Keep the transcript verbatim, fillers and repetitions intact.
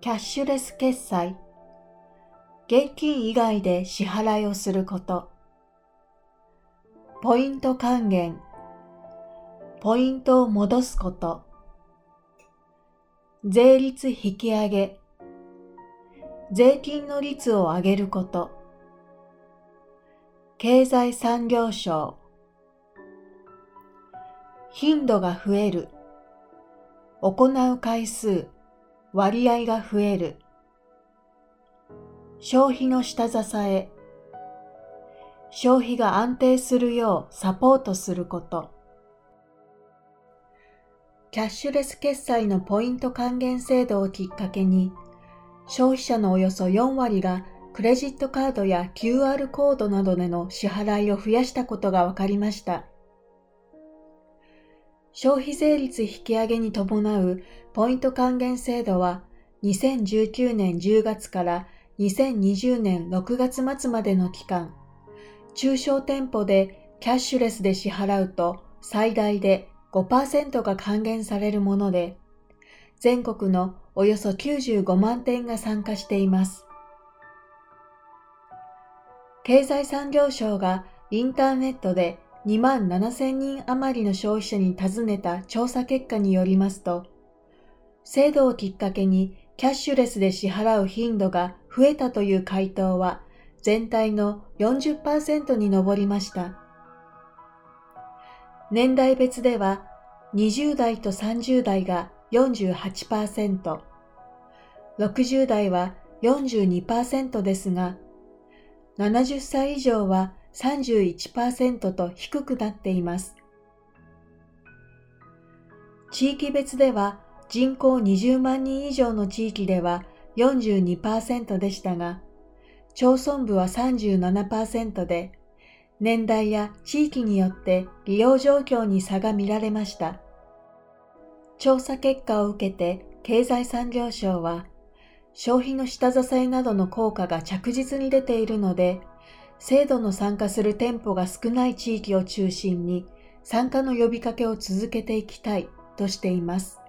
キャッシュレス決済、現金以外で支払いをすること。ポイント還元、ポイントを戻すこと。税率引き上げ、税金の率を上げること。経済産業省、頻度が増える、行う回数、割合が増える。消費の下支え、消費が安定するようサポートすること。キャッシュレス決済のポイント還元制度をきっかけに、消費者のおよそよんわりがクレジットカードや キューアール コードなどでの支払いを増やしたことが分かりました。消費税率引き上げに伴うポイント還元制度はにせんじゅうきゅうねんじゅうがつからにせんにじゅうねんろくがつ末までの期間、中小店舗でキャッシュレスで支払うと最大で ごパーセント が還元されるもので、全国のおよそきゅうじゅうごまんてんが参加しています。経済産業省がインターネットでにまんななせんにん余りの消費者に尋ねた調査結果によりますと、制度をきっかけにキャッシュレスで支払う頻度が増えたという回答は全体の よんじゅっパーセント に上りました。年代別ではにじゅうだいとさんじゅうだいが よんじゅうはちパーセント、ろくじゅうだいは よんじゅうにパーセント ですが、ななじゅっさい以上は さんじゅういちパーセント と低くなっています。地域別では人口にじゅうまんにん以上の地域では よんじゅうにパーセント でしたが、町村部は さんじゅうななパーセント で、年代や地域によって利用状況に差が見られました。調査結果を受けて経済産業省は、消費の下支えなどの効果が着実に出ているので、制度の参加する店舗が少ない地域を中心に参加の呼びかけを続けていきたいとしています。